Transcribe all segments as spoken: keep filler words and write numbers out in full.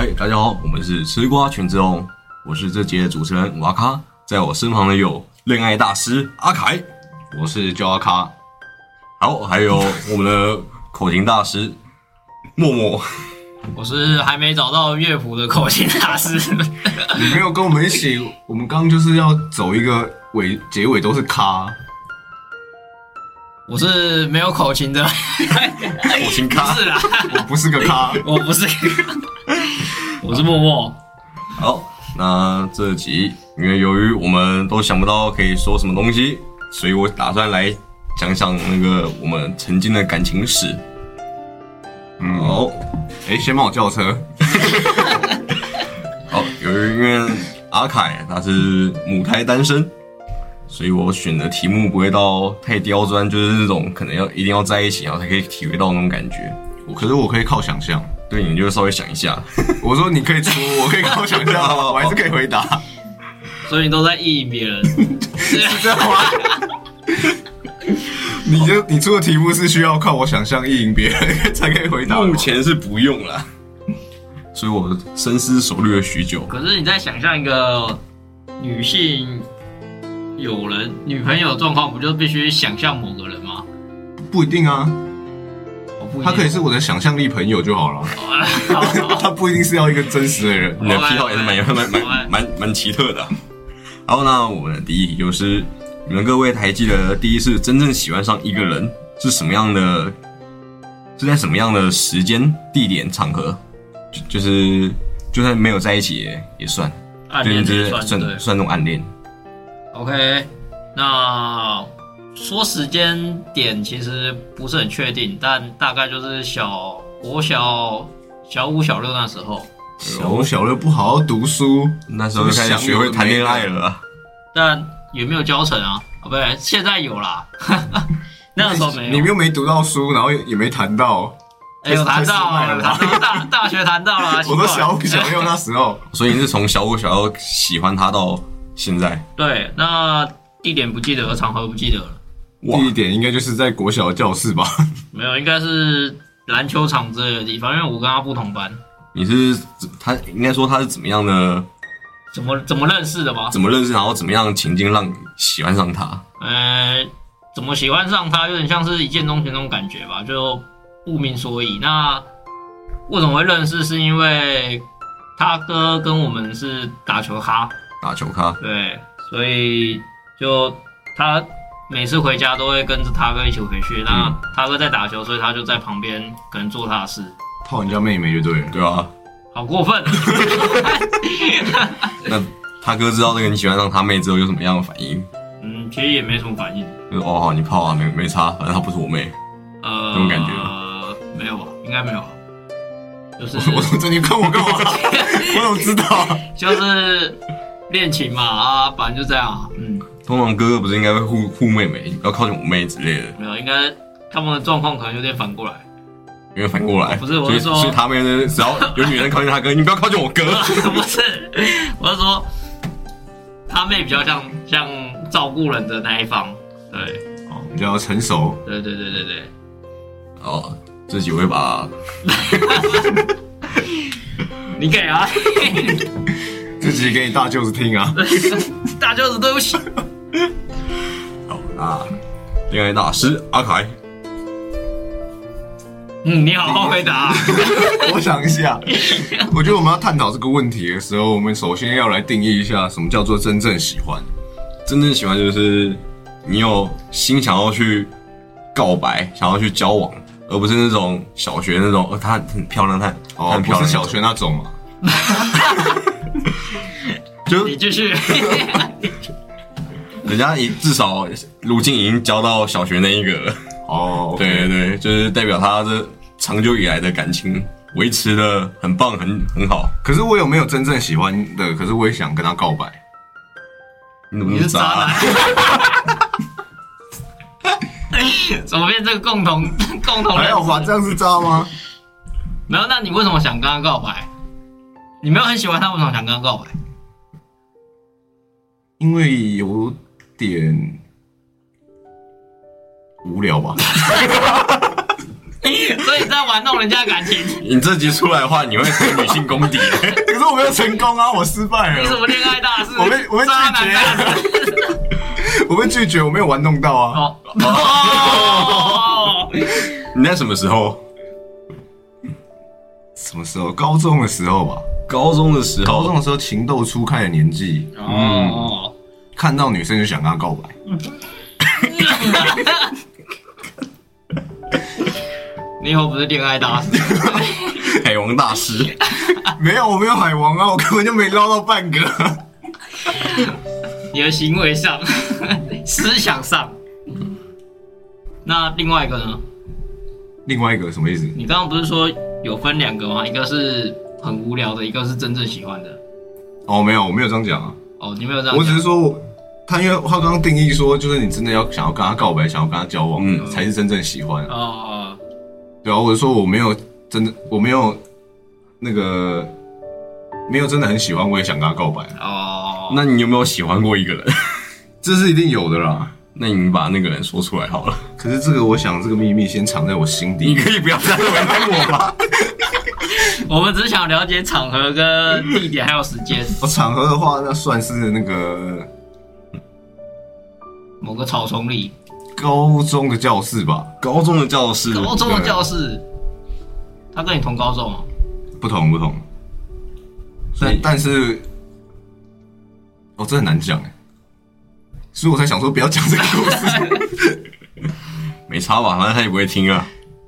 嗨，大家好，我们是吃瓜群之翁，我是这节的主持人瓦卡，在我身旁的有恋爱大师阿凯， 我是叫阿卡， 好，还有我们的口琴大师默默， 我是还没找到乐谱的口琴大师。 你没有跟我们一起，我们刚刚就是要走一个尾结尾都是卡。 我是没有口琴的， 口琴咖， 不是啦， 我不是个咖， 我不是，我是默默。 好，那这集因为由于我们都想不到可以说什么东西，所以我打算来讲讲那个我们曾经的感情史。 嗯， 好， 哎、欸，先帮我叫车。 好，由于因为阿凯他是母胎单身。所以我选的题目不会到太刁钻，就是那种可能要一定要在一起，然后才可以体会到那种感觉。 可是我可以靠想象， 对，你就稍微想一下。 我说你可以出，我可以靠想象，我还是可以回答。 所以你都在意淫别人， 是这样吗？你就你出的题目是需要靠我想象意淫别人才可以回答。 目前是不用啦，所以我深思熟虑了许久。 可是你在想象一个女性。有人女朋友状况，不就必须想象某个人吗？ 不一定啊， 哦、不一定他可以是我的想象力朋友就好了。他不一定是要一个真实的人。 你的癖好也是蛮蛮蛮蛮蛮奇特的、啊。好，那我们的第一题就是，你们各位还记得第一次真正喜欢上一个人是什么样的？是在什么样的时间、地点、场合？就就是就算没有在一起也也算， 暗恋就是算算算那种暗恋。 OK， 那说时间点其实不是很确定，但大概就是小国小小五小六那时候。 小五小六不好好读书， 那时候就开始学会谈恋爱了、啊。 但也没有教成啊，啊不对，现在有啦。那个时候没有。 你又没读到书，然后也没谈到。 哎、欸，有谈到啊，谈到大大学谈到了。 我都小五小六那时候， 所以你是从小五小六喜欢他到现在？ 对，那地点不记得了，场合不记得了。 地点应该就是在国小的教室吧？ 没有，应该是篮球场之类的地方，因为我跟他不同班。 你是他应该说他是怎么样的？ 怎么怎么认识的吗？ 怎么认识，然后怎么样情境让你喜欢上他？ 呃，怎么喜欢上他，有点像是一见钟情那种感觉吧，就不明所以。那为什么会认识？是因为他哥跟我们是打球咖。 打球咖， 对，所以就他每次回家都会跟着他哥一起回去。那、嗯、他哥在打球，所以他就在旁边可能做他的事， 泡人家妹妹就对了。 对啊， 好过分。 那他哥知道这个你喜欢上他妹之后有什么样的反应？ 嗯，其实也没什么反应。 就是哦好，你泡啊，没没差，反正她不是我妹。 呃， 这种感觉。 呃，没有吧？应该没有。就是我说这你看我干嘛？我怎么知道？ 就是恋情嘛啊，反正就这样、啊。嗯， 通常哥哥不是应该会护护妹妹，不要靠近我妹之类的。 没有，应该他们的状况可能有点反过来。 因为反过来， 不是，我是说， 所以他妹呢，只要有女人靠近他哥，你不要靠近我哥。 不是，我是说，他妹比较像像照顾人的那一方，对， 哦，比较成熟。 对对对对对。 哦，这集我会把。 你给啊！ 这集给你大舅子听啊！ 大舅子对不起。 好，那恋爱大师阿凯。 嗯，你好好回答。 我想一下，我觉得我们要探讨这个问题的时候，我们首先要来定义一下什么叫做真正喜欢。 真正喜欢就是你有心想要去告白，想要去交往，而不是那种小学那种，哦，她很漂亮，她哦， 很漂亮， 不是小学那种嘛。 就你继续。 人家已至少如今已经交到小学那一个了。 哦， okay. 对对对，就是代表他这长久以来的感情维持的很棒，很很好。 可是我有没有真正喜欢的？可是我也想跟他告白。 你怎么是渣男？ 怎么变这个共同共同？ 还有吧，这样是渣吗？ 没有，那你为什么想跟他告白？你没有很喜欢他，为什么想跟他告白？ 因为有点无聊吧。 所以你在玩弄人家感情。 你这集出来的话，你会成女性公敌。 可是我没有成功啊，我失败了。 你什么恋爱大师？ 我被我被拒绝，我被拒绝，我没有玩弄到啊。 哦哦， 你在什么时候？ 什么时候？高中的时候吧。 高中的时候， 高中的时候情窦初开的年纪， 哦， 看到女生就想跟她告白。 你以后不是恋爱大师， 海王大师。 没有，我没有海王啊，我根本就没捞到半个。 你的行为上、思想上，那另外一个呢？ 另外一个什么意思？ 你刚刚不是说有分两个吗？一个是很无聊的，一个是真正喜欢的。 哦，没有，我没有这样讲啊。 哦，你没有这样讲。 我只是说我，他因为他刚刚定义说，就是你真的要想要跟他告白，想要跟他交往，嗯，才是真正喜欢。 哦， 对啊，我是说我没有真的，我没有那个没有真的很喜欢，我也想跟他告白。 哦， 那你有没有喜欢过一个人？ 这是一定有的啦。 那你把那个人说出来好了。 可是这个，我想这个秘密先藏在我心底。 你可以不要再为难我吗？ 我们只想了解场合跟地点还有时间。 我场合的话，那算是那个某个草丛里， 高中的教室吧。 高中的教室， 高中的教室。他跟你同高中吗？ 不同不同。但但是，哦，这很难讲哎。所以我才想说不要讲这个故事。 没差吧，反正他也不会听啊。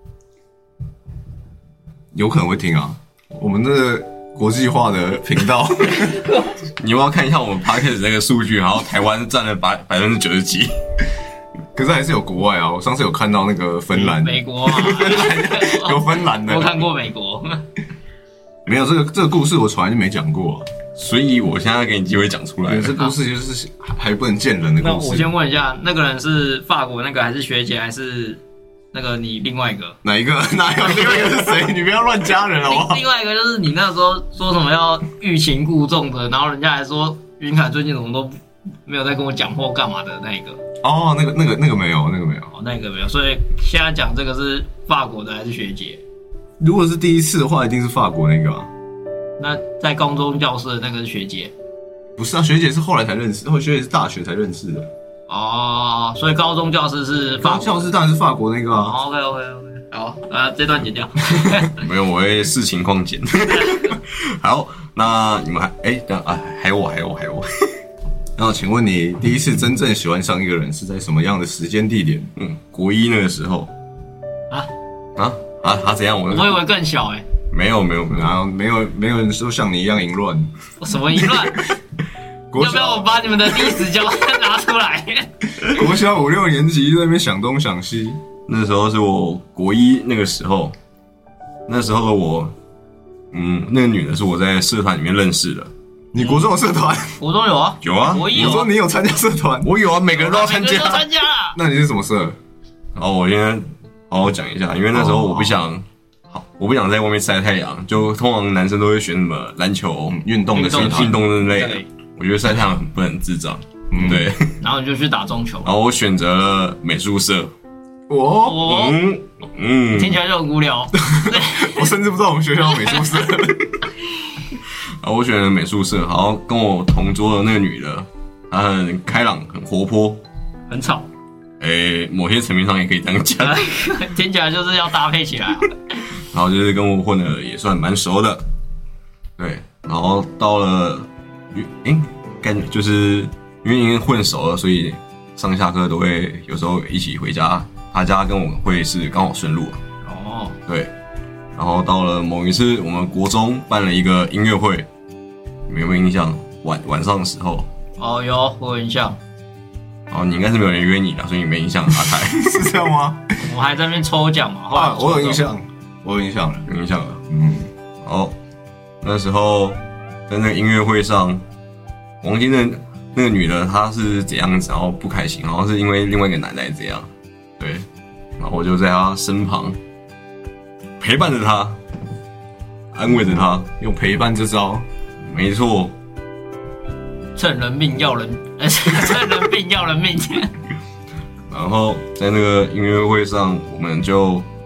有可能会听啊，我们这个国际化的频道。 你要不要看一下我们 podcast 那个数据？然后台湾占了百百分之九十几， 可是还是有国外啊。我上次有看到那个芬兰、 美国嘛， 有芬兰的。 我看过美国。 没有这个这个故事，我从来就没讲过、啊， 所以我现在给你机会讲出来。 这故事就是还还不能见人的故事。 那我先问一下，那个人是法国那个，还是学姐，还是那个你另外一个？ 哪一个？哪有另外一个是谁？你不要乱加人好不好？ 另外一个就是你那时候说什么要欲擒故纵的，然后人家还说云凯最近怎么都没有在跟我讲或干嘛的那一个。 哦，那个那个那个没有，那个没有。 哦，那个没有。所以现在讲这个是法国的还是学姐？ 如果是第一次的话，一定是法国那个啊。 那在高中教室的那个是学姐？ 不是啊，学姐是后来才认识，后学姐是大学才认识的。 哦，所以高中教室是法国教室当然是法国那个啊。 哦、OK OK OK， 好，呃，这段剪掉。 没有，我会视情况剪。好，那你们还哎，等啊，还有我，还有我，还有我。 那请问你第一次真正喜欢上一个人是在什么样的时间地点？ 嗯，国一那个时候。 啊啊啊啊！怎样？我我以为更小哎、欸。 没有没有没有， 然后没有没有人说像你一样淫乱。 什么淫乱？要不要我把你们的历史教材拿出来？ 国小五六年级在那边想东想西。 那时候是我国一那个时候，那时候的我，嗯，那个女的是我在社团里面认识的。 你国中有社团？ 国中有啊， 有啊。 国一有、啊。 我说你有参加社团？ 我有啊，每个人都要参加。 每个人都参加。 那你是什么社？ 好，我先好好讲一下，因为那时候我不想。好，我不想在外面晒太阳，就通常男生都会选什么篮球、 运、嗯、动的社团、 运动之类的。我觉得晒太阳很不很智障，嗯，对。 然后你就去打中球。 然后我选择了美术社。 哦， 嗯嗯，听起来就很无聊。 我甚至不知道我们学校有美术社。 然后我选了美术社，然后跟我同桌的那个女的，她很开朗、很活泼、 很吵。 诶，某些层面上也可以这样讲。 听起来就是要搭配起来。 然后就是跟我混的也算蛮熟的，对。然后到了，诶，感觉就是因为已经混熟了，所以上下课都会有时候一起回家。他家跟我会是刚好顺路。 哦， 对。然后到了某一次，我们国中办了一个音乐会，你们有没有印象？晚晚上的时候。 哦，有，我有印象。 哦，你应该是没有人约你的，所以你没印象。阿凯是这样吗？ 我们还在那边抽奖嘛。后来啊，我有印象，我有印象了， 有印象了。嗯，好，那时候在那个音乐会上，王晶的那个女的她是怎样子，然后不开心，好像是因为另外一个男的这样，对，然后我就在她身旁陪伴着她，安慰着她， 用陪伴这招， 没错。 趁人命要人，趁人病要人命。 然后在那个音乐会上，我们就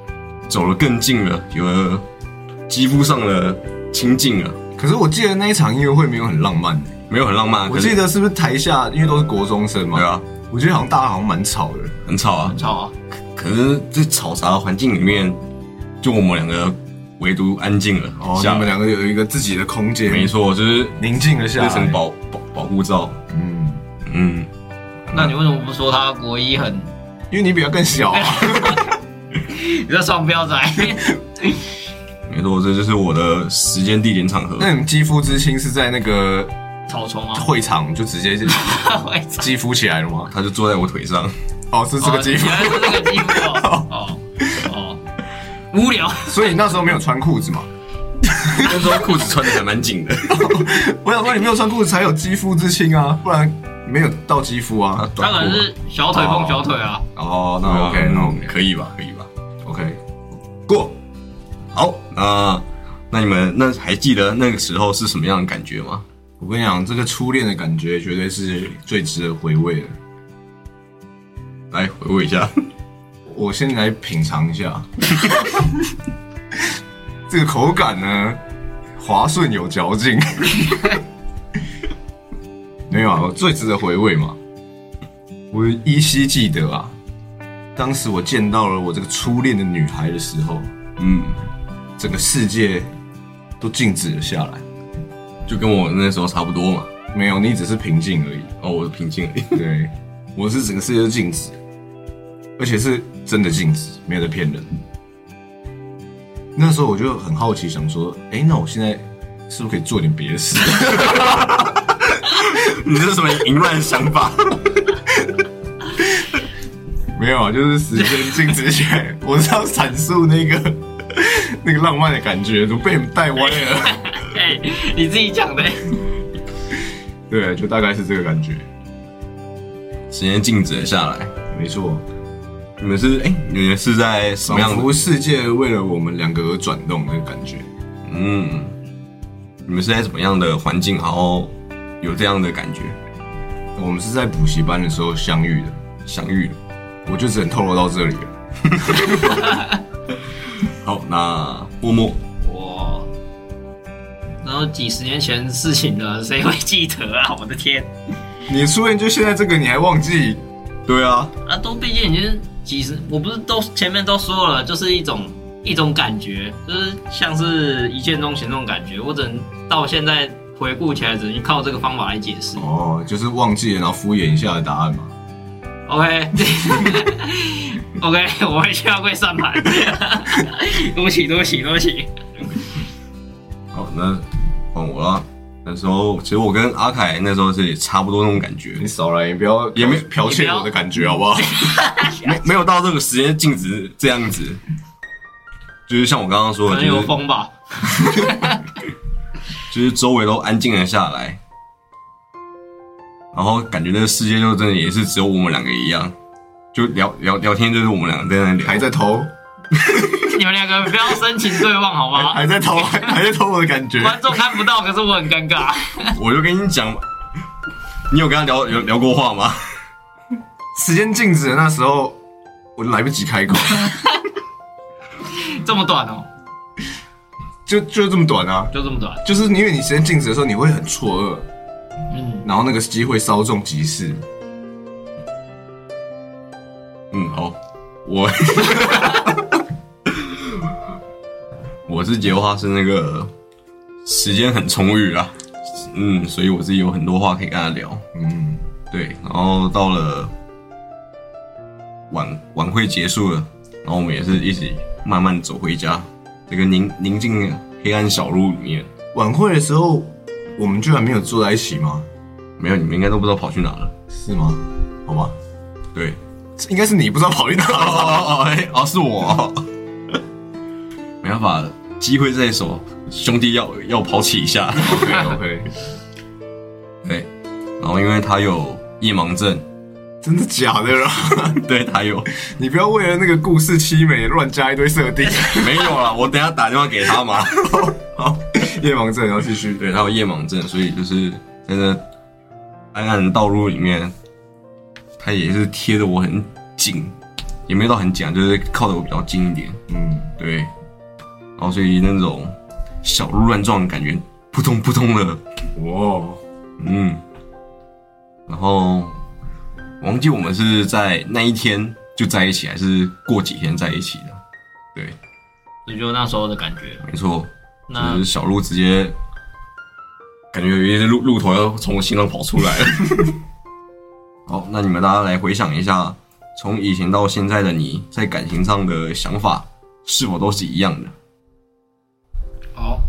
走得更近了，有了肌肤上的亲近了。 可是我记得那一场音乐会没有很浪漫的， 没有很浪漫。 我记得是不是台下因为都是国中生嘛？ 对啊， 我觉得好像大家好像蛮吵的， 很吵啊， 很吵啊。 可是，在嘈杂的环境里面，就我们两个唯独安静了。 哦，你们两个有一个自己的空间， 没错，就是宁静了下来， 这层保保保护罩。 嗯嗯， 那你为什么不说他国一很？ 因为你比他更小啊。 你这双标仔。 没错，这就是我的时间、地点、场合。 那你们肌肤之亲是在那个草丛啊， 会场就直接肌肤起来了吗？ 他就坐在我腿上。 哦，是这个肌肤， 原来是这个肌肤哦哦哦，无聊。 所以你那时候没有穿裤子嘛？ 那时候裤子穿的还蛮紧的。 我想说你没有穿裤子才有肌肤之亲啊，不然没有到肌肤啊。 他可能是小腿碰小腿啊。 哦，那 OK，那 OK， 可以吧？可以吧 ？OK， 过。好，那那你们那还记得那个时候是什么样的感觉吗？ 我跟你讲，这个初恋的感觉绝对是最值得回味的。 来回味一下， 我先来品尝一下。这个口感呢，滑顺有嚼劲。没有啊，我最值得回味嘛。我依稀记得啊，当时我见到了我这个初恋的女孩的时候， 嗯， 整个世界都静止了下来， 就跟我那时候差不多嘛。 没有，你只是平静而已。 哦，我是平静而已。 对，我是整个世界都静止，而且是真的静止，没有在骗人。那时候我就很好奇，想说，哎、欸，那我现在是不是可以做点别的事？ 你这是什么淫乱想法？ 没有啊，就是时间静止起来，我是要阐述那个那个浪漫的感觉，都被你们带歪了。 哎，你自己讲的。 对，就大概是这个感觉。 时间静止了下来， 没错。 你们是哎、欸，你们是在什么样的？ 仿佛世界为了我们两个而转动那个感觉。 嗯，你们是在什么样的环境，然后有这样的感觉？ 我们是在补习班的时候相遇的， 相遇的。 我就只能透露到这里了。 好，那默默， 哇，然后几十年前事情了，谁会记得啊？我的天！ 你的初恋就现在这个，你还忘记？ 对啊， 啊，都毕竟已经几十，我不是都前面都说了，就是一种一种感觉，就是像是一见钟情那种感觉。我只能到现在回顾起来，只能靠这个方法来解释。 哦，就是忘记了，然后敷衍一下的答案嘛。 OK，OK， okay, 我会去要跪算盘。对不起，对不起，对不起。 好，那换我啦。那时候其实我跟阿凯那时候是差不多那种感觉。 你少来，你不要也没剽窃我的感觉好不好？ 没没有到这个时间静止这样子，就是像我刚刚说的， 可能有风吧。 就是周围都安静了下来。然后感觉这个世界就真的也是只有我们两个一样，就聊聊聊天，就是我们两个在那聊， 还在偷。 你们两个不要深情对望好吗？ 还, 还在偷，还在偷我的感觉。 观众看不到，可是我很尴尬。 我就跟你讲，你有跟他聊聊聊过话吗？ 时间静止的那时候，我来不及开口。 这么短哦？ 就就这么短啊？ 就这么短？ 就是因为你时间静止的时候，你会很错愕。 嗯， 然后那个机会稍纵即逝。 嗯，好，我我是觉得话是那个时间很充裕啦，嗯，所以我自己有很多话可以跟他聊， 嗯， 对，然后到了晚晚会结束了，然后我们也是一起慢慢走回家，这个宁宁静的黑暗小路里面。 晚会的时候。我们居然没有坐在一起吗？ 没有，你们应该都不知道跑去哪了， 是吗？好吧， 对， 应该是你不知道跑去哪了。 哦哦哦，哦，是我，没办法，机会在手，兄弟要要抛弃一下。 OK OK， 对，然后因为他有夜盲症， 真的假的啦？ 对他有， 你不要为了那个故事凄美乱加一堆设定。 没有啦，我等一下打电话给他嘛。 好。夜盲症要继续， 对，他有夜盲症，所以就是在这暗暗的道路里面，他也是贴着我很紧， 也没有到很紧，就是靠得我比较近一点。 嗯， 对。然后所以那种小鹿乱撞的感觉，扑通扑通的， 哇， 嗯。然后我忘记我们是在那一天就在一起，还是过几天在一起的。对， 这就那时候的感觉。 没错， 那就是小鹿直接感觉有一些鹿鹿头要从我心脏跑出来了。好，那你们大家来回想一下，从以前到现在的你在感情上的想法是否都是一样的？ 好，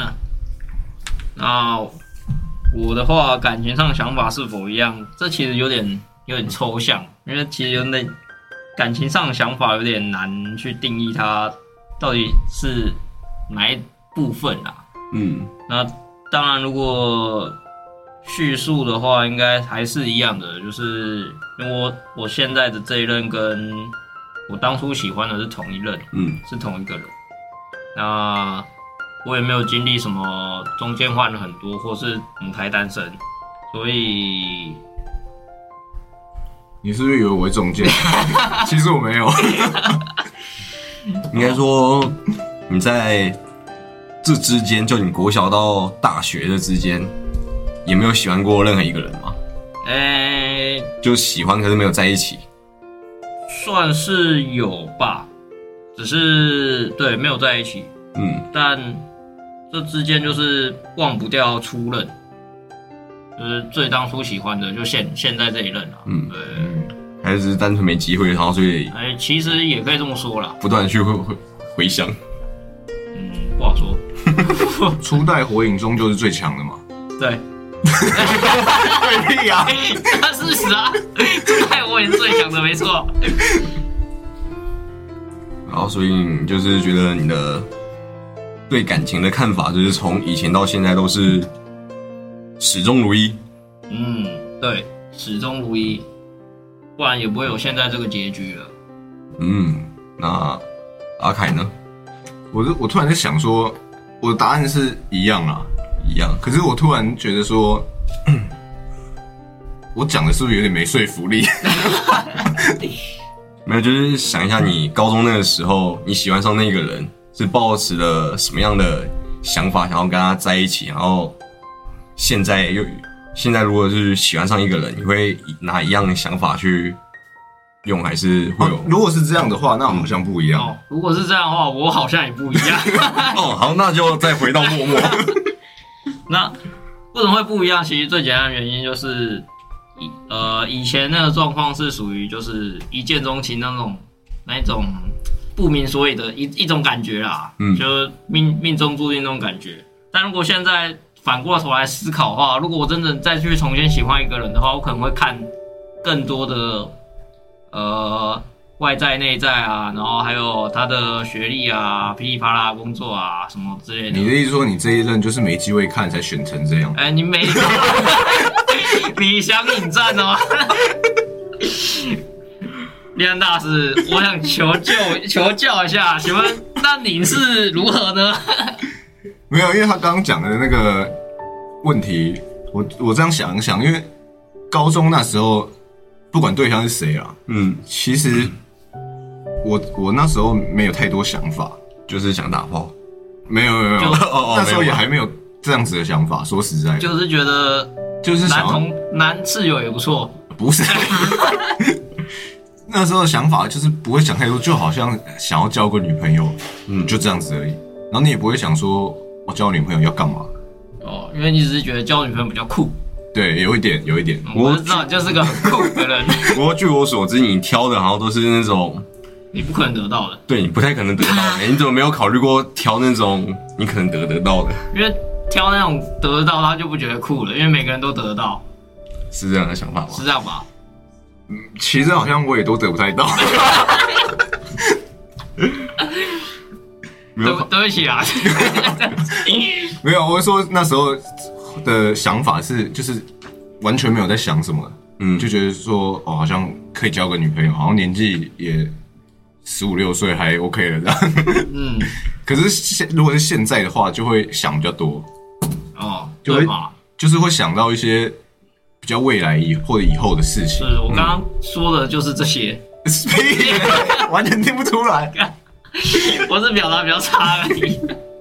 那我的话，感情上想法是否一样？这其实有点有点抽象，因为其实有点感情上的想法有点难去定义它到底是哪一部分啊。 嗯， 那当然，如果叙述的话，应该还是一样的，就是因为我我现在的这一任跟我当初喜欢的是同一任， 嗯， 是同一个人。那我也没有经历什么中间换了很多，或是母胎单身，所以你是不是以为我会中间？其实我没有。 应该说你在这之间，就你国小到大学的之间，也没有喜欢过任何一个人吗？ 诶、欸， 就喜欢，可是没有在一起。 算是有吧，只是对没有在一起。 嗯， 但这之间就是忘不掉初任，就是最当初喜欢的，就现现在这一任啊。 嗯， 对， 还是只是单纯没机会，然后所以哎、欸，其实也可以这么说啦， 不断的去回回回想。 嗯，不好说。 初代火影中就是最强的嘛。 对。 对屁啊！ 那事实啊，初代我也是最强的，没错。 然后，所以你就是觉得你的对感情的看法，就是从以前到现在都是始终如一。 嗯，对，始终如一，不然也不会有现在这个结局了。 嗯，那阿凯呢？ 我是我突然在想说，我的答案是一样啊， 一样。 可是我突然觉得说，我讲的是不是有点没说服力？ 没有，就是想一下，你高中那个时候，你喜欢上那个人，是抱持了什么样的想法，想要跟他在一起？然后现在又现在，如果是喜欢上一个人，你会拿一样的想法去用，还是会有？ 哦、如果是这样的话，那好像不一样。 哦，如果是这样的话，我好像也不一样。 哦，好，那就再回到默默。 那为什么会不一样？其实最简单的原因就是。以呃，以前那个状况是属于就是一见钟情那种那一种不明所以的一一种感觉啦，嗯，就是命命中注定那种感觉。但如果现在反过头来思考的话，如果我真的再去重新喜欢一个人的话，我可能会看更多的呃外在内在啊，然后还有他的学历啊、噼里啪啦工作啊什么之类的。 你的意思说你这一任就是没机会看才选成这样？ 哎、欸，你没。你想引战哦，立安大师，我想求救求教一下，请问那你是如何呢？ 没有，因为他刚刚讲的那个问题，我我这样想一想，因为高中那时候不管对象是谁啊，嗯，其实我我那时候没有太多想法， 就是想打炮， 没有没有没有，那时候也还没有这样子的想法，说实在的， 就是觉得。 就是男同男室友也不错， 不是。那时候的想法就是不会想太多，就好像想要交个女朋友，嗯，就这样子而已。然后你也不会想说，我交女朋友要干嘛？ 哦，因为你只是觉得交女朋友比较酷。 对，有一点，有一点。 我知道你就是个很酷的人。 不过据我所知，你挑的好像都是那种你不可能得到的。 对，你不太可能得到的。你怎么没有考虑过挑那种你可能得得到的？ 因为。挑那种得得到，他就不觉得酷了，因为每个人都得得到， 是这样的想法吗？ 是这样吧？ 嗯，其实好像我也都得不太到。 对对不起啊， 没有，我说那时候的想法是，就是完全没有在想什么，嗯，就觉得说哦，好像可以交个女朋友，好像年纪也十五六岁还 OK 了这样，嗯。可是现如果是现在的话，就会想比较多。 哦， 就会就是会想到一些比较未来以或者以后的事情。 是我刚刚说的就是这些。 完全听不出来。 我是表达比较差而已。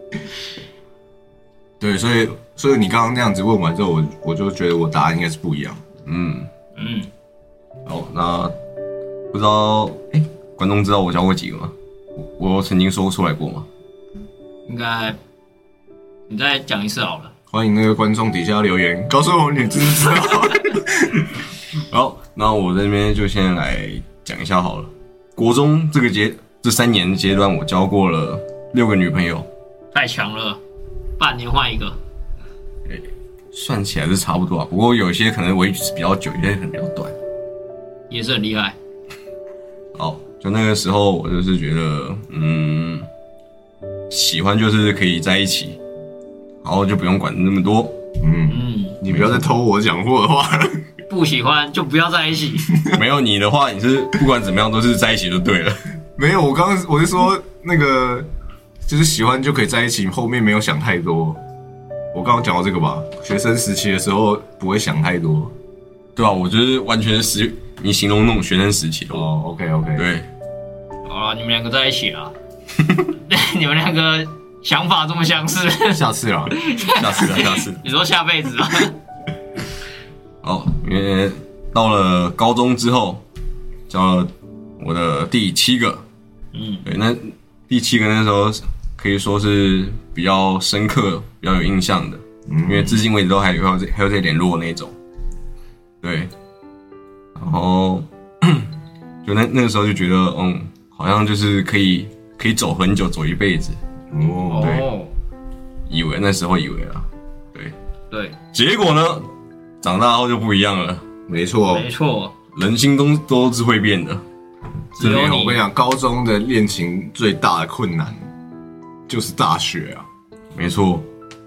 对，所以所以你刚刚那样子问完之后，我我就觉得我答案应该是不一样。 嗯嗯， 好，那不知道哎、欸，观众知道我教过几个吗？我我曾经说出来过吗？ 应该你再讲一次好了。 欢迎那个观众底下留言，告诉我你知不知道。 好，那我这边就先来讲一下好了。国中这个阶这三年阶段，我交过了六个女朋友， 太强了，半年换一个。 欸，算起来是差不多啊，不过有些可能维持比较久，有些可能比较短， 也是很厉害。 好，就那个时候我就是觉得，嗯，喜欢就是可以在一起，然后就不用管那么多。 嗯嗯，你不要再偷我讲过的话了。 不喜欢就不要在一起。 没有你的话，你是不管怎么样都是在一起就对了。 没有，我刚刚我是说那个，就是喜欢就可以在一起，后面没有想太多。我刚刚讲到这个吧，学生时期的时候不会想太多。 对啊，我觉得完全是你形容那种学生时期的。 哦 ，OK OK， 对。 好了，你们两个在一起了。你们两个想法这么相似。 下次啦， 下次啦，下次。 你说下辈子啊？ 好，因为到了高中之后，交了我的第七个。嗯，对，那第七个那时候可以说是比较深刻、比较有印象的，嗯、因为至今为止都还有还有在联络那种。对，然后就那那个时候就觉得，嗯，好像就是可以可以走很久，走一辈子。 哦， 对，以为那时候以为啊，对对， 结果呢，长大后就不一样了。 没错， 没错， 人心都都是会变的。 只有你， 我跟你讲，高中的恋情最大的困难就是大学啊。 没错，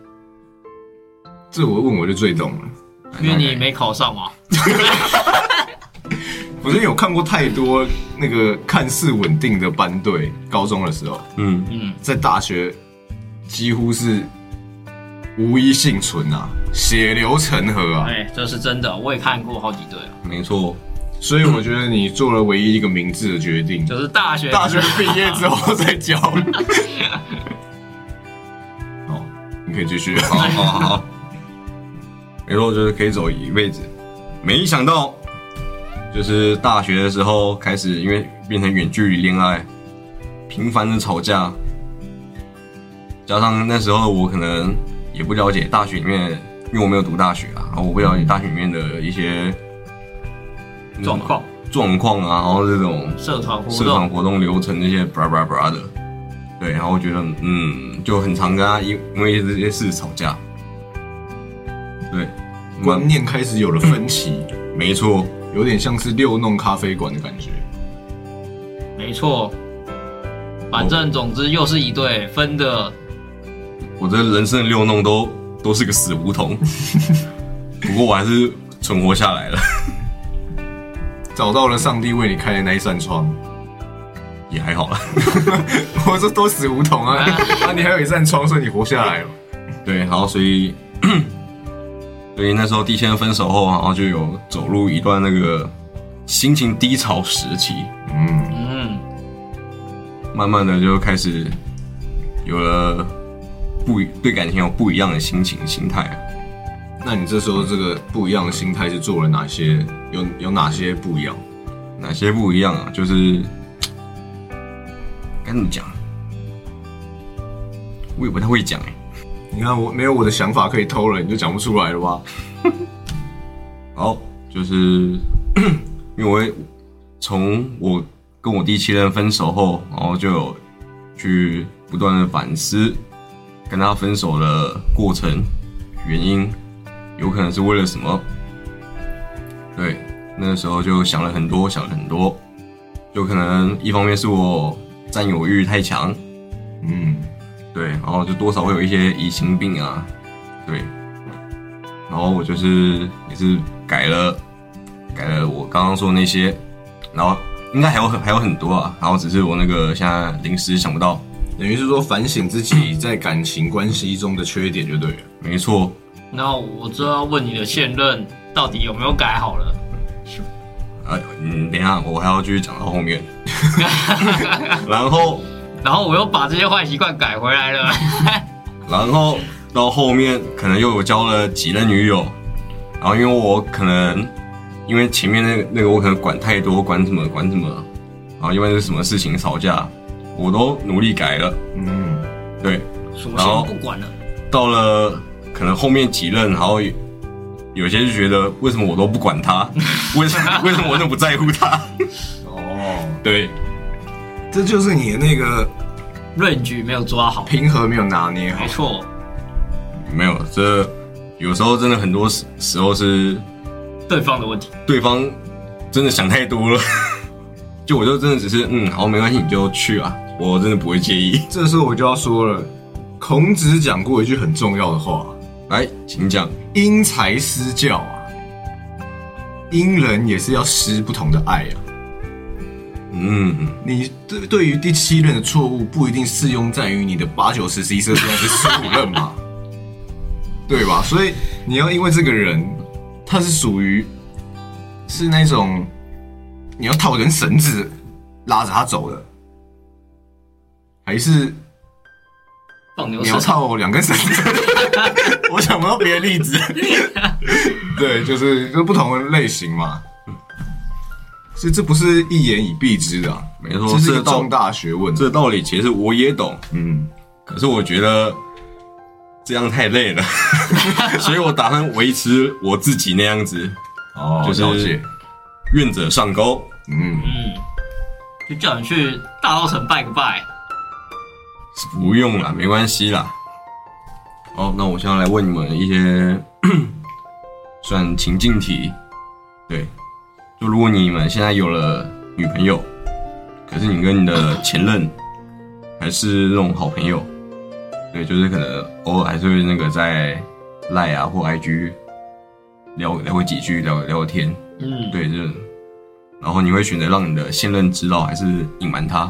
这我问我就最懂了， 因为你没考上嘛。 不是有看过太多那个看似稳定的班队，高中的时候，嗯嗯，在大学几乎是无一幸存啊，血流成河啊。 哎，这是真的，我也看过好几对啊。 没错， 所以我觉得你做了唯一一个明智的决定， 就是大学大学毕业之后再交。好，你可以继续。 好好好，没错，就是可以走一辈子。没想到。就是大学的时候开始，因为变成远距离恋爱，频繁的吵架，加上那时候我可能也不了解大学里面，因为我没有读大学啊，然后我不了解大学里面的一些状况状况啊，然后这种社团活动、 社团活动流程这些 blah blah blah 的，对，然后我觉得嗯，就很常跟他因因为这些事吵架，对， 观念开始有了分歧， 没错。 有点像是六弄咖啡馆的感觉， 没错。反正总之又是一对分的。 我这人生的六弄都都是个死胡同，不过我还是存活下来了， 找到了上帝为你开的那一扇窗， 也还好啦。 我说都死胡同啊，啊你还有一扇窗，所以你活下来了。 对，然后所以。所以那时候第一天分手后，然后就有走入一段那个心情低潮时期，嗯嗯，慢慢的就开始有了不对感情有不一样的心情心态啊。 那你这时候这个不一样的心态是做了哪些？有有哪些不一样？ 哪些不一样啊？就是该怎么讲？我也不太会讲哎、欸。 你看我没有我的想法可以偷了，你就讲不出来了吧？ 好，就是因为我从我跟我第七任分手后，然后就有去不断的反思跟他分手的过程、原因，有可能是为了什么？对，那个时候就想了很多，想了很多，就可能一方面是我占有欲太强，嗯。对，然后就多少会有一些疑心病啊，对，然后我就是也是改了，改了我刚刚说的那些，然后应该还有很还有很多啊，然后只是我那个现在临时想不到， 等于是说反省自己在感情关系中的缺点就对了。 没错。 那我就要问你的现任到底有没有改好了？ 呃，嗯，等一下，我还要继续讲到后面。然后， 然后我又把这些坏习惯改回来了。 然后到后面可能又有交了几任女友，然后因为我可能因为前面那个那个我可能管太多，管什么管什么，然后因为是什么事情吵架，我都努力改了。嗯，对， 索性不管了。 到了可能后面几任，然后有些就觉得为什么我都不管他，为什么为什么我那么不在乎他？ 哦， 对， 这就是你的那个 range没有抓好， 平衡没有拿捏好。 没错， 没有，这有时候真的很多时时候是对方的问题， 对方真的想太多了。就我就真的只是嗯好没关系，你就去啊，我真的不会介意。 这时候我就要说了，孔子讲过一句很重要的话。 来，请讲。 因材施教啊，因人也是要施不同的爱啊。嗯，你对对于第七任的错误不一定适用在于你的八九十十一十二十三十十五任嘛，对吧？所以你要因为这个人他是属于是那种你要套根绳子拉着他走的，还是你要套两根绳子？我想不到别的例子。对，就是就不同的类型嘛。所以这不是一言以蔽之的、啊， 没错， 这是一个重大学问。 这道理其实我也懂， 嗯， 可是我觉得这样太累了，所以我打算维持我自己那样子。 哦， 就是愿者上钩。 嗯嗯，就叫你去大稻埕拜个拜。 不用啦，没关系啦。好，那我现在来问你们一些算情境题。对，就如果你们现在有了女朋友，可是你跟你的前任还是那种好朋友，对，就是可能偶尔还是会那个在 Line 啊或 I G 聊聊个几句，聊聊个天。 嗯， 对，就是，然后你会选择让你的现任知道，还是隐瞒他？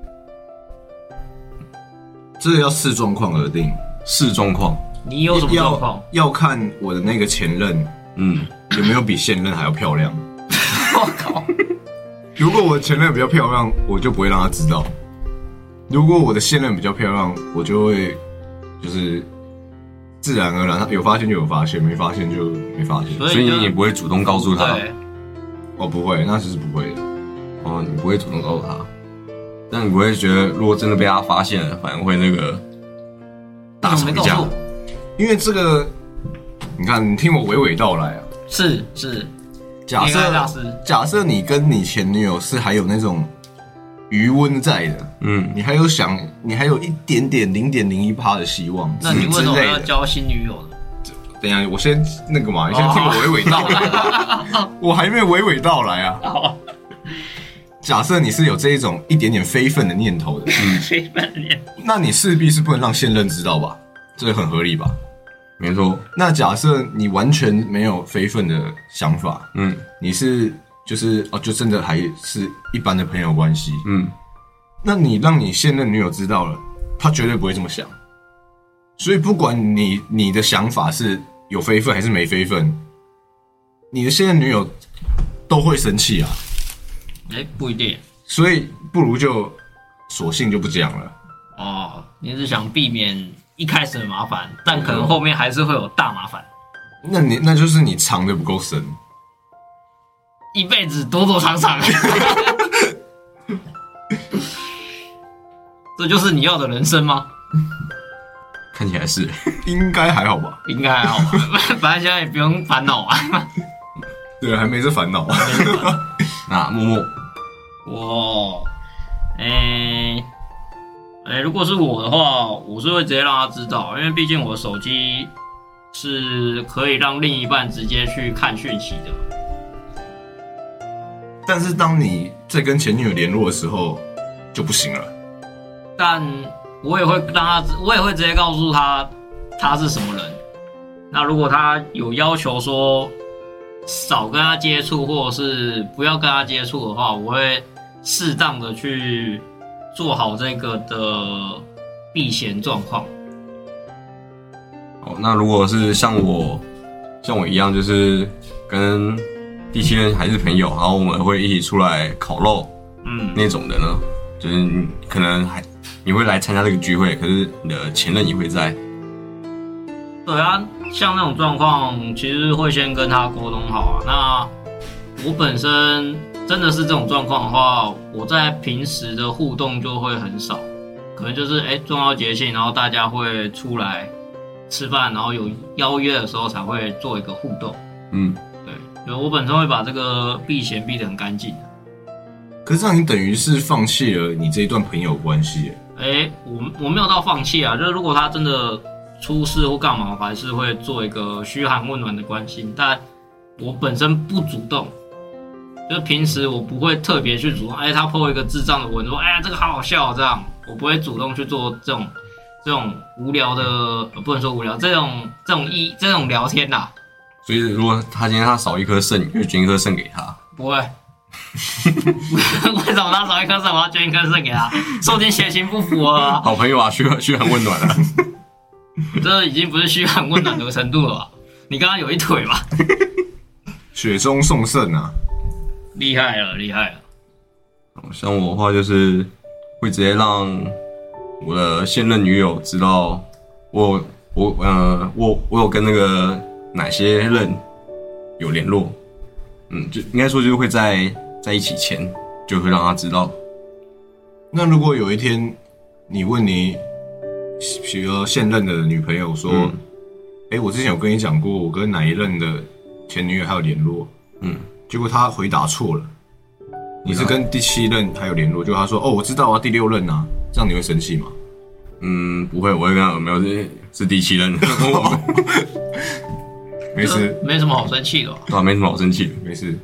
这个要视状况而定。 视状况， 你有什么状况？ 要看我的那个前任，嗯，有没有比现任还要漂亮。 我靠！ 如果我的前任比较漂亮，我就不会让他知道；如果我的现任比较漂亮，我就会就是自然而然，有发现就有发现，没发现就没发现。 所以你也不会主动告诉他。 对， 哦，不会，那是不会的。 哦，你不会主动告诉他。但你不会觉得，如果真的被他发现了，反而会那个大吵一架？ 因为这个，你看，你听我娓娓道来啊。 是是， 假设假设你跟你前女友是还有那种余温在的，嗯，你还有想，你还有一点点零点零一趴的希望， 那你为什么要交新女友呢？ 等一下，我先那个嘛，你先听我娓娓道来，我还没娓娓道来啊。假设你是有这一种一点点非分的念头的， 嗯，非分的念头， 那你势必是不能让现任知道吧？这很合理吧？ 没错。 那假设你完全没有非分的想法，嗯，你是就是哦，就真的还是一般的朋友关系，嗯，那你让你现任女友知道了，她绝对不会这么想。所以不管你你的想法是有非分还是没非分，你的现任女友都会生气啊。 哎、欸，不一定， 所以不如就索性就不讲了。 哦，你是想避免一开始的麻烦，但可能后面还是会有大麻烦。 那你那就是你藏的不够深， 一辈子躲躲藏藏，这就是你要的人生吗？ 看起来是， 应该还好吧？ 应该还好吧，反正现在也不用烦恼啊。 对，还没这烦恼。 那默默， 我，诶、欸，诶、欸，如果是我的话，我是会直接让他知道，因为毕竟我手机是可以让另一半直接去看讯息的。 但是当你在跟前女友联络的时候，就不行了。 但我也会让他，我也会直接告诉他他是什么人。那如果他有要求说少跟他接触，或者是不要跟他接触的话，我会适当的去做好这个的避嫌状况。 好，那如果是像我像我一样，就是跟第七任还是朋友，然后我们会一起出来烤肉，嗯，那种的呢，就是你可能还你会来参加这个聚会，可是你的前任也会在。 对啊，像那种状况，其实会先跟他沟通好啊。那我本身真的是这种状况的话，我在平时的互动就会很少，可能就是哎重要节庆，然后大家会出来吃饭，然后有邀约的时候才会做一个互动。嗯，对，就我本身会把这个避嫌避得很干净。 可是这样你等于是放弃了你这一段朋友关系。 哎，我我没有到放弃啊，就是如果他真的出事或干嘛，我还是会做一个嘘寒问暖的关心，但我本身不主动，就是平时我不会特别去主动。哎，他 po 一个智障的文说，哎呀这个好好笑这样，我不会主动去做这种这种无聊的，呃、不能说无聊，这种这种一这种聊天啦。 所以如果他今天他少一颗肾，你会捐一颗肾给他？ 不会。为什么他少一颗肾，我要捐一颗肾给他？说不定血型不符啊。 好朋友啊，嘘嘘寒问暖啊。 这已经不是嘘寒问暖的程度了吧？你刚刚有一腿吧？ 雪中送肾啊！ 厉害了，厉害了！ 像我的话，就是会直接让我的现任女友知道我我呃我我有跟那个哪些人有联络，嗯，就应该说就是会在在一起前就会让她知道。 那如果有一天你问你，比如现任的女朋友说，嗯，欸，我之前有跟你讲过，我跟哪一任的前女友还有联络，嗯，结果她回答错了，你是跟第七任还有联络，就她说，哦，我知道啊，第六任啊，这样你会生气吗？ 嗯，不会，我会跟她没有是是第七任， 没事， 没什么好生气的， 对啊，没什么好生气的， 没事。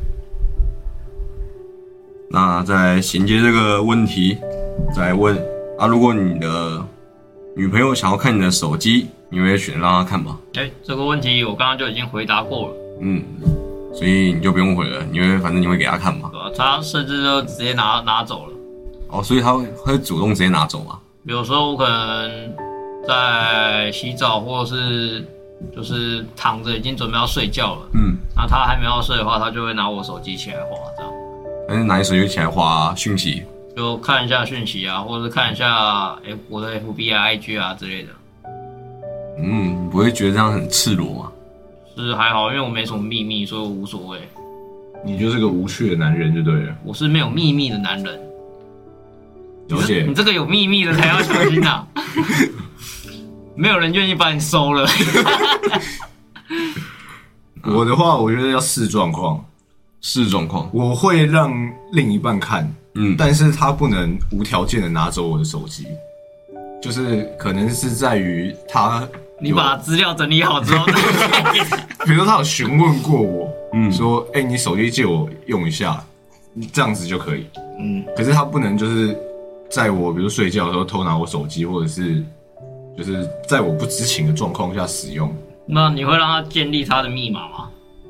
那再衔接这个问题，再问啊，如果你的女朋友想要看你的手机，你会选让她看吗？ 哎，欸，这个问题我刚刚就已经回答过了。嗯， 所以你就不用回了，你会反正你会给她看嘛。 对啊，她甚至就直接拿拿走了。 哦，所以她会会主动直接拿走吗？ 比如说我可能在洗澡，或者是就是躺着已经准备要睡觉了，嗯，那她还没有睡的话，她就会拿我手机起来滑，这样。 但是拿你手机起来滑讯息， 就看一下讯息啊，或者是看一下哎我的 F B 啊、I G 啊之类的。 嗯，你不会觉得这样很赤裸吗？ 是还好，因为我没什么秘密，所以我无所谓。 你就是个无趣的男人就对了。 我是没有秘密的男人。 了解。 你这个有秘密的才要小心啊！没有人愿意把你收了。 我的话，我觉得要视状况。 视状况， 我会让另一半看，嗯，但是他不能无条件的拿走我的手机，就是可能是在于他， 你把资料整理好之后， 比如说他有询问过我，嗯，说，哎，欸，你手机借我用一下，这样子就可以，嗯，可是他不能就是在我比如睡觉的时候偷拿我手机，或者是就是在我不知情的状况下使用。 那你会让他建立他的密码吗？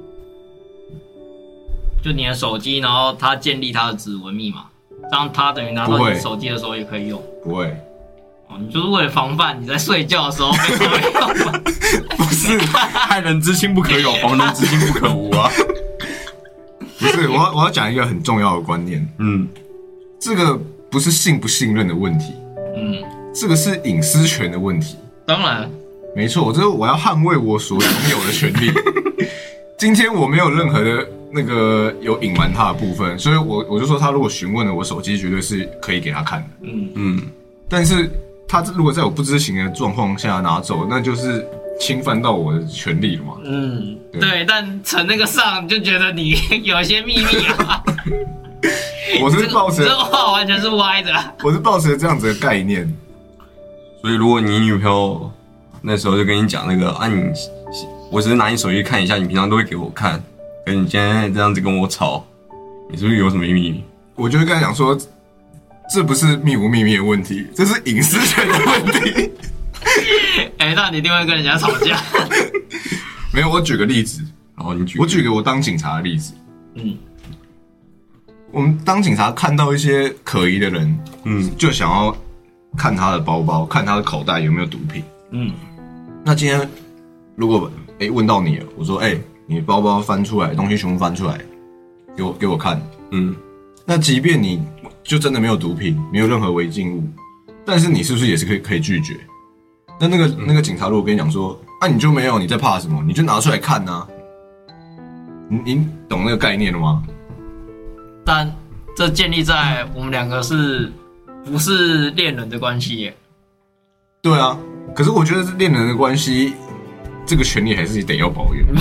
就你的手机，然后他建立他的指纹密码，这样他等于拿到你手机的时候也可以用。 不会， 哦，你就是为了防范你在睡觉的时候被偷用吗？ 不是，害人之心不可有，防人之心不可无啊。 不是，我要我要讲一个很重要的观念，嗯，这个不是信不信任的问题，嗯，这个是隐私权的问题。 当然， 没错，这是我要捍卫我所拥有的权利。今天我没有任何的那个有隐瞒他的部分，所以我我就说他如果询问了我手机，绝对是可以给他看的。嗯嗯，但是他如果在我不知情的状况下拿走，那就是侵犯到我的权利了嘛。嗯， 对，对，但呈那个上就觉得你有一些秘密啊。 我是抱持这个话完全是歪的。 我是抱持这样子的概念。 所以如果你女朋友那时候就跟你讲那个啊你，我只是拿你手机看一下，你平常都会给我看，可是你今天这样子跟我吵，你是不是有什么秘密？ 我就会跟他讲说，这不是秘不秘密的问题，这是隐私权的问题。 哎、欸，那你一定会跟人家吵架。 没有，我举个例子， 然后你举， 我举个我当警察的例子。嗯，我们当警察看到一些可疑的人，嗯，就想要看他的包包，看他的口袋有没有毒品。嗯，那今天如果哎、欸、问到你了，我说哎、欸，你包包翻出来，东西全部翻出来， 给我给我看， 嗯， 那即便你就真的没有毒品，没有任何违禁物，但是你是不是也是可以可以拒绝？那那个、嗯、那个警察如果跟你讲说，啊你就没有，你在怕什么？你就拿出来看啊！你你懂那个概念了吗？ 但这建立在我们两个是不是恋人的关系耶？ 对啊，可是我觉得恋人的关系，这个权利还是得要保有。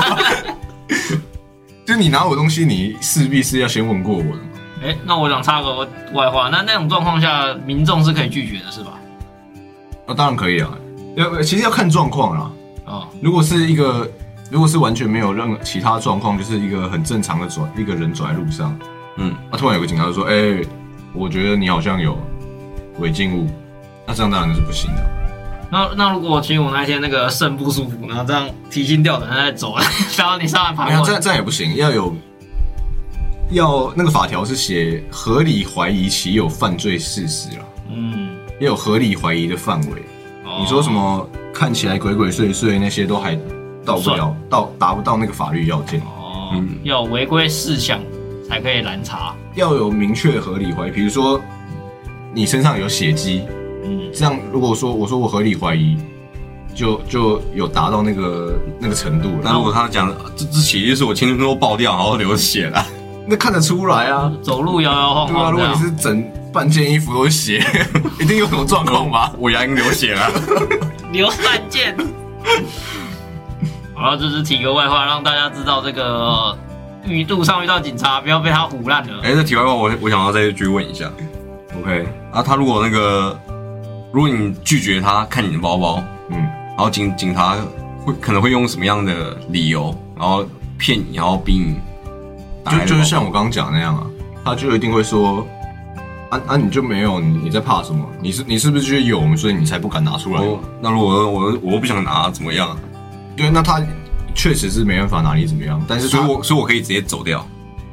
就你拿我东西，你势必是要先问过我的嘛。 哎、欸，那我想插个外话，那那种状况下，民众是可以拒绝的，是吧？ 哦，当然可以啊。要其实要看状况啦。哦，如果是一个，如果是完全没有任何其他状况，就是一个很正常的走一个人走在路上，嗯，啊，突然有个警察就说：“哎、欸，我觉得你好像有违禁物。”那这样当然是不行的。 那那如果其实我那天那个肾不舒服，然后这样提心吊胆在走，然后你上来盘问， 这样这样也不行，要有要那个法条是写合理怀疑其有犯罪事实啦，嗯，要有合理怀疑的范围。哦、你说什么看起来鬼鬼祟祟那些都还到不了，到达不到那个法律要件哦，嗯、要有违规事项才可以拦查， 要有明确合理怀疑，比如说你身上有血迹。嗯，这样如果说我说我合理怀疑，就就有达到那个那个程度了。 那如果他讲这这血就是我青春都爆掉，然后流血了， 那看得出来啊， 走路摇摇晃晃。 对啊，如果你是整半件衣服都是血，一定有什么状况吧？ 我牙龈流血了， 流三件。好了，这是题个外话，让大家知道这个遇路上遇到警察，不要被他唬烂了。 哎、欸，这题外话我我想要再追问一下 ，OK？ 啊，他如果那个。如果你拒绝他看你的包包，嗯，然后警警察会可能会用什么样的理由，然后骗你，然后逼你就就是像我刚刚讲那样啊，他就一定会说，啊啊你就没有，你你在怕什么？你是你是不是觉得有，所以你才不敢拿出来？ 哦、那如果我我又不想拿，怎么样？ 对，那他确实是没办法拿你怎么样，但是所以我所以我可以直接走掉。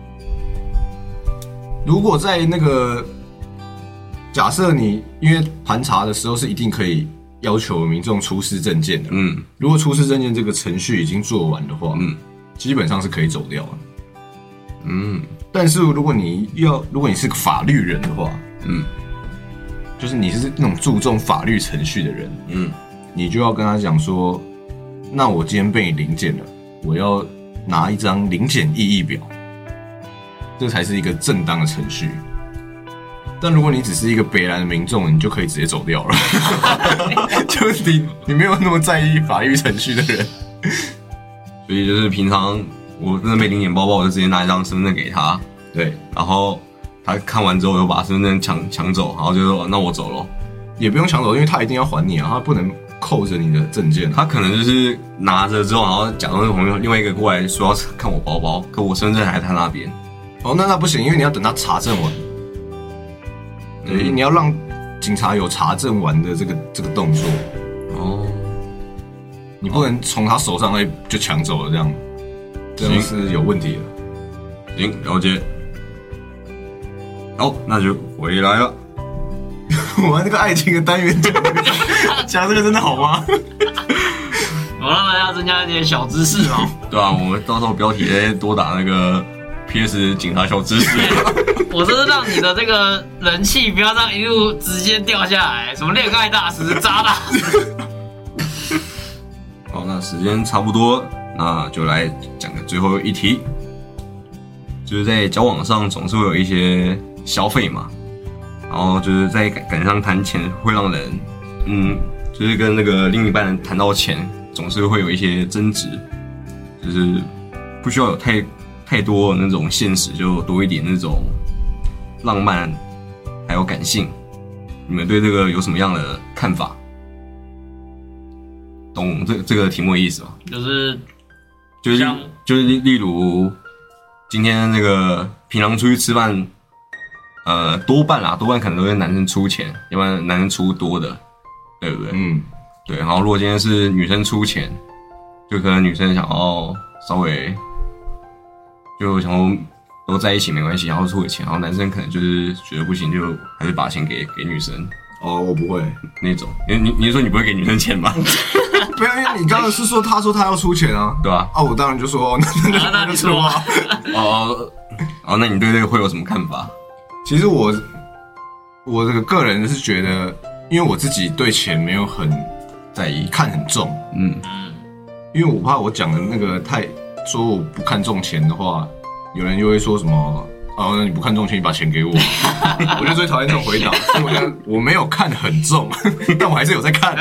如果在那个。假设你因为盘查的时候是一定可以要求民众出示证件的，嗯，如果出示证件这个程序已经做完的话，嗯，基本上是可以走掉的，嗯。但是如果你要，如果你是个法律人的话，嗯，就是你是那种注重法律程序的人，嗯，你就要跟他讲说，那我今天被你临检了，我要拿一张临检异议表，这才是一个正当的程序。但如果你只是一个北兰的民众，你就可以直接走掉了。就是你，你没有那么在意法律程序的人， 所以就是平常我真的没领检包包，我就直接拿一张身份证给他， 对， 然后他看完之后又把身份证抢抢走，然后就说那我走了， 也不用抢走，因为他一定要还你啊，他不能扣着你的证件、啊。 他可能就是拿着之后，然后假装是朋友另外一个过来说要看我包包，可我身份证还在他那边。 哦，那那不行，因为你要等他查证完。对，你要让警察有查证完的这个这个动作哦，你不能从他手上那就抢走了，这样这样是有问题的。 行，了解。好，那就回来了。 我们那个爱情的单元讲这个，讲这个真的好吗？ 我让大家增加一点小知识嘛。 对啊，我们到时候标题再多打那个 P S 警察小知识。 我这是让你的这个人气不要这样一路直接掉下来，什么恋爱大师、渣大师。 好，那时间差不多，那就来讲个最后一题，就是在交往上总是会有一些消费嘛，然后就是在感情上谈钱会让人，嗯，就是跟那个另一半谈到钱，总是会有一些争执，就是不需要有太太多那种现实，就多一点那种浪漫，还有感性。你们对这个有什么样的看法？懂这这个题目的意思吗？ 就是就是就是例如今天那个平常出去吃饭，呃，多半啦，多半可能都是男生出钱，要不然男生出多的，对不对？嗯，对。然后如果今天是女生出钱，就可能女生想要稍微就想说都在一起没关系，然后出个钱，然后男生可能就是觉得不行，就还是把钱给给女生。 哦，我不会那种，因为你你是说你不会给女生钱吗？ 没有，因为你刚刚是说他说他要出钱啊， 对吧、 啊？啊，我当然就说那那那你出啊。 哦， 哦，那你对这个会有什么看法？ 其实我我这个个人是觉得，因为我自己对钱没有很在意， 看很重， 嗯， 因为我怕我讲的那个太说我不看重钱的话，有人又会说什么。哦，那你不看重钱，你把钱给我。我就最讨厌这种回答，所以我觉得我没有看很重，但我还是有在看。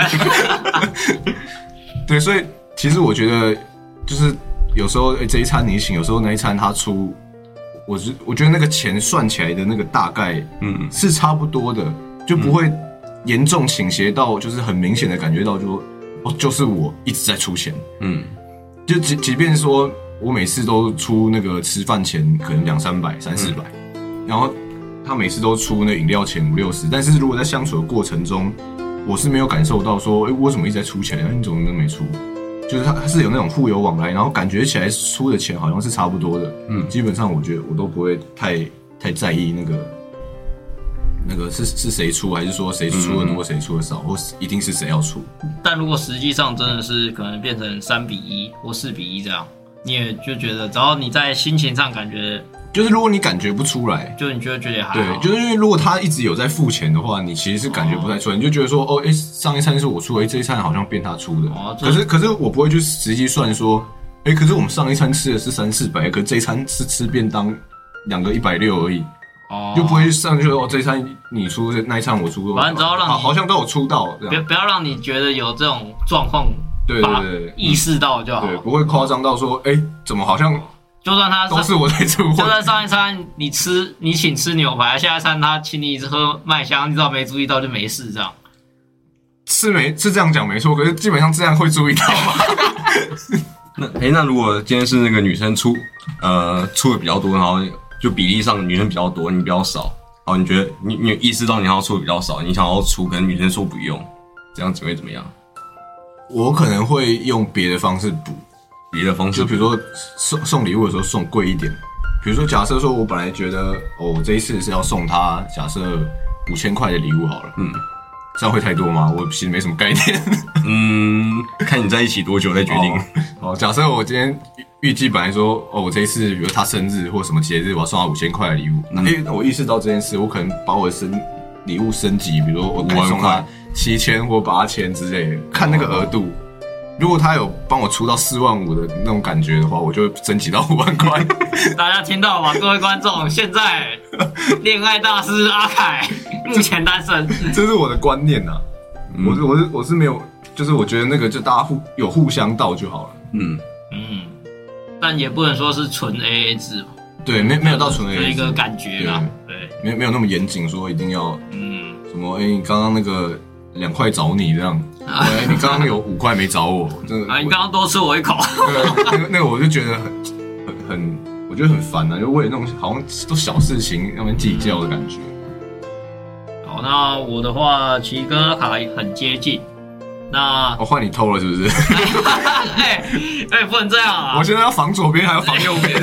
对，所以其实我觉得就是有时候、欸、这一餐你请，有时候那一餐他出，我是我觉得那个钱算起来的那个大概，嗯，是差不多的，就不会严重倾斜到，就是很明显的感觉到就，哦，就是我一直在出钱，嗯，就即即便说。我每次都出那个吃饭钱可能两三百、三四百，然后他每次都出那饮料钱五六十，但是如果在相处的过程中，我是没有感受到说，哎、欸，我怎么一直在出钱？你怎么没出？就是他是有那种互有往来，然后感觉起来出的钱好像是差不多的。嗯，基本上我觉得我都不会太太在意那个那个是是谁出，还是说谁出的多谁出的少，或一定是谁要出。 但如果实际上真的是可能变成三比一或四比一这样。你也就觉得，只要你在心情上感觉， 就是如果你感觉不出来， 就你就会觉得还好。 对，就是因为如果他一直有在付钱的话，你其实是感觉不太出来，哦、你就觉得说，哦，哎、欸，上一餐是我出的，哎、欸，这一餐好像变他出的。哦、可是可是我不会去实际算说，哎、欸，可是我们上一餐吃的是三四百，可是这一餐是吃便当两个一百六而已。哦，就不会上去哦，这一餐你出，那一餐我出， 反正只要让你好像都有出到， 不要不要让你觉得有这种状况。 对对对， 意识到就好， 对，不会夸张到说，哎、欸，怎么好像就算他都是我在出， 就算上一餐你吃你请吃牛排，下一餐他请你喝麦香，你知道没注意到就没事这样。 是没是这样讲没错，可是基本上这样会注意到吗？ 那哎、欸，那如果今天是那个女生出呃出的比较多，然后就比例上女生比较多，你比较少，好，你觉得你你有意识到你要出的比较少，你想要出，可能女生说不用，这样子会怎么样？ 我可能会用别的方式补， 别的方式， 就比如说送送礼物的时候送贵一点。比如说，假设说我本来觉得哦，我这一次是要送他假设五千块的礼物好了，嗯，这样会太多吗？我其实没什么概念。 嗯，看你在一起多久再决定。 哦，哦假设我今天预计本来说哦，我这一次比如他生日或什么节日，我要送他五千块的礼物，那、嗯欸、我意识到这件事，我可能把我的升礼物升级，比如说我可以送他七千或八千之类的，看那个额度。如果他有帮我出到四万五的那种感觉的话，我就升级到五万块。 大家听到吗？各位观众，现在恋爱大师阿凯目前单身， 这是我的观念啊。嗯、我是我是我是没有，就是我觉得那个就大家互有互相到就好了。嗯嗯，但也不能说是纯 A A 制嘛。 对，没没有到纯 A A 制， 一个感觉啦。对， 对没没有那么严谨，说一定要嗯什么哎、欸，你刚刚那个。两块找你这样，哎、欸，你刚刚有五块没找我，真的。 啊，你刚刚多吃我一口。 对，那个那个我就觉得很很很，我觉得很烦啊，就为了那种好像都小事情那边计较的感觉。 好，那我的话其实跟阿卡很接近。那我换、哦、你偷了是不是？ 哎哎、欸，不能这样啊！ 我现在要防左边还要防右边。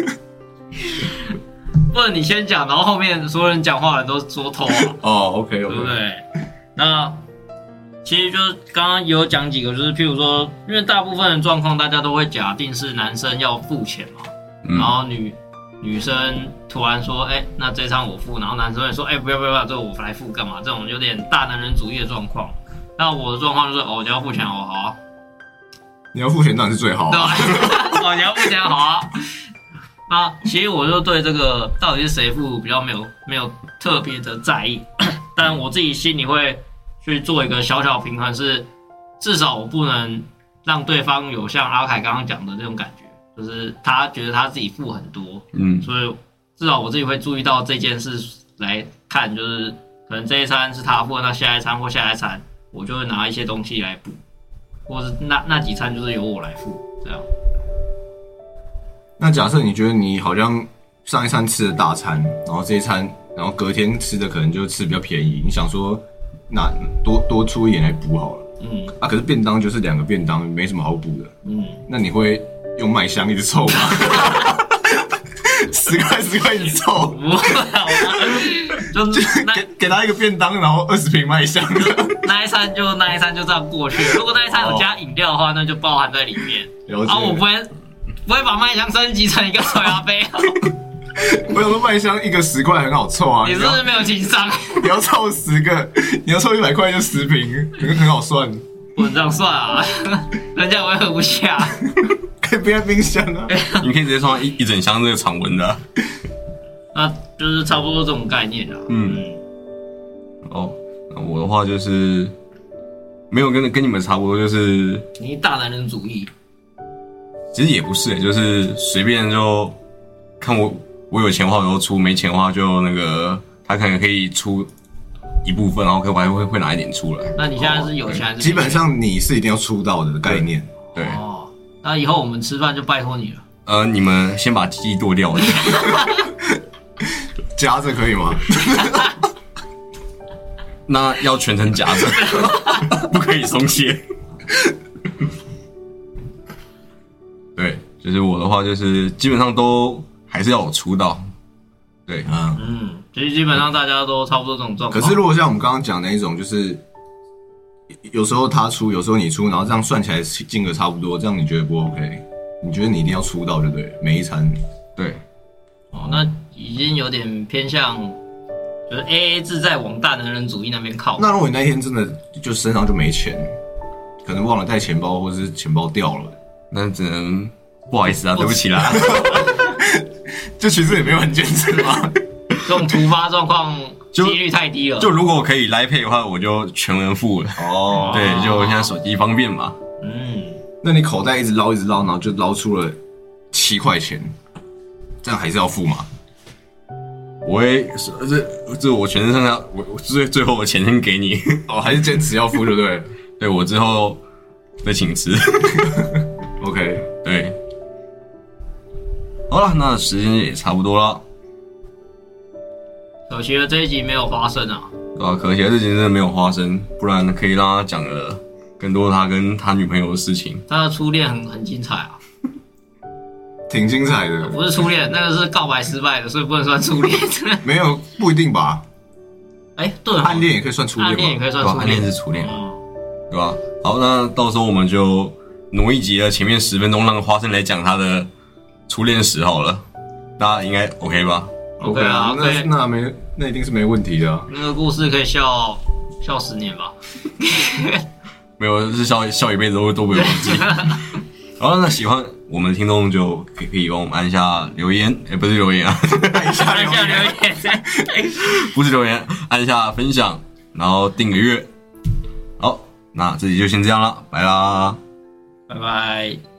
不能你先讲，然后后面所有人讲话的人都说偷啊。 哦 ，OK， 对不对？那其实就是刚刚也有讲几个，就是譬如说，因为大部分的状况大家都会假定是男生要付钱嘛，嗯、然后女女生突然说，哎、欸，那这餐我付，然后男生会说，哎、欸，不要不要不要，这个我来付干嘛？这种有点大男人主义的状况。那我的状况就是，哦，你要付钱，哦，好啊。 你要付钱当然是最好、啊。 对，哦，你要付钱好啊。那其实我就对这个到底是谁付比较没有没有特别的在意，但我自己心里会去做一个小小平衡是，是至少我不能让对方有像阿凯刚刚讲的那种感觉，就是他觉得他自己付很多，嗯，所以至少我自己会注意到这件事来看，就是可能这一餐是他付，那下一餐或下一餐我就会拿一些东西来补，或是那那几餐就是由我来付这样。 那假设你觉得你好像上一餐吃的大餐，然后这一餐，然后隔天吃的可能就吃比较便宜，你想说那多多出一点来补好了，嗯，啊，可是便当就是两个便当，没什么好补的，嗯，那你会用麦香一直凑吗？十块十块一直凑， 不会， 就是给给他一个便当，然后二十瓶麦香， 那一餐就那一餐就这样过去了。如果那一餐有加饮料的话，那就包含在里面。 了解。 啊，我不会不会把麦香升级成一个手摇杯。 我想说麦香一个十块很好凑啊， 你是不是没有情商？ 你要凑十个，你要凑一百块就十瓶，很很好算。 不能这样算啊，人家会喝不下。 可以冰在冰箱啊， 你可以直接装一一整箱这个常温的、啊。 那就是差不多这种概念啦。 嗯。哦，那我的话就是没有跟跟你们差不多，就是你大男人主义。 其实也不是、欸，就是随便就看我我有钱的话我就出，没钱的话就那个他可能可以出一部分，然后可我还会会拿一点出来。 那你现在是有钱还是没钱？ 基本上你是一定要出道的概念。 对。 哦，那以后我们吃饭就拜托你了。 呃，你们先把鸡鸡剁掉。 夹着可以吗？ 那要全程夹着，不可以松懈。对，就是我的话，就是基本上都还是要有出道。对， 嗯嗯，其实基本上大家都差不多这种状况。 可是如果像我们刚刚讲的那一种，就是有时候他出，有时候你出，然后这样算起来金额差不多，这样你觉得不 OK？你觉得你一定要出道，对不对？每一餐。 对。 哦，那已经有点偏向，就是 A A 制在往大男人主义那边靠。 那如果你那一天真的就身上就没钱，可能忘了带钱包，或者是钱包掉了， 那只能不好意思啊，对不起啦。 这其实也没有很坚持嘛。 这种突发状况几率太低了。 就如果我可以来配的话，我就全额付了。 哦， 对，就现在手机方便嘛。 嗯， 那你口袋一直捞一直捞，然后就捞出了七块钱。这样还是要付吗？ 我会这这我全身上下我最最后我钱先给你哦，还是坚持要付，对不对？ 对，我之后再请吃。 OK， 对，好了，那时间也差不多了。 可惜了这一集没有花生啊。 对啊，可惜了这集真的没有花生，不然可以让他讲了更多他跟他女朋友的事情。 他的初恋很很精彩啊。 挺精彩的， 不是初恋，那个是告白失败的，所以不能算初恋。 没有，不一定吧？ 哎、欸，对， 暗恋也可以算初恋吧？ 暗恋也可以算初恋， 暗恋是初恋， 嗯、 对吧？好，那到时候我们就挪一集了，前面十分钟让花生来讲他的初恋史好了，大家应该 OK 吧 ？OK 啊， 那那没那一定是没问题的、啊。 那个故事可以笑笑十年吧？ 没有，是笑笑一辈子都都不会忘记。好，那喜欢我们的听众就可以可以帮我们按下留言，哎、欸，不是留言啊， 按下留言， 不是留言，按下分享，然后订个阅。好，那这集就先这样了，拜啦， 拜拜。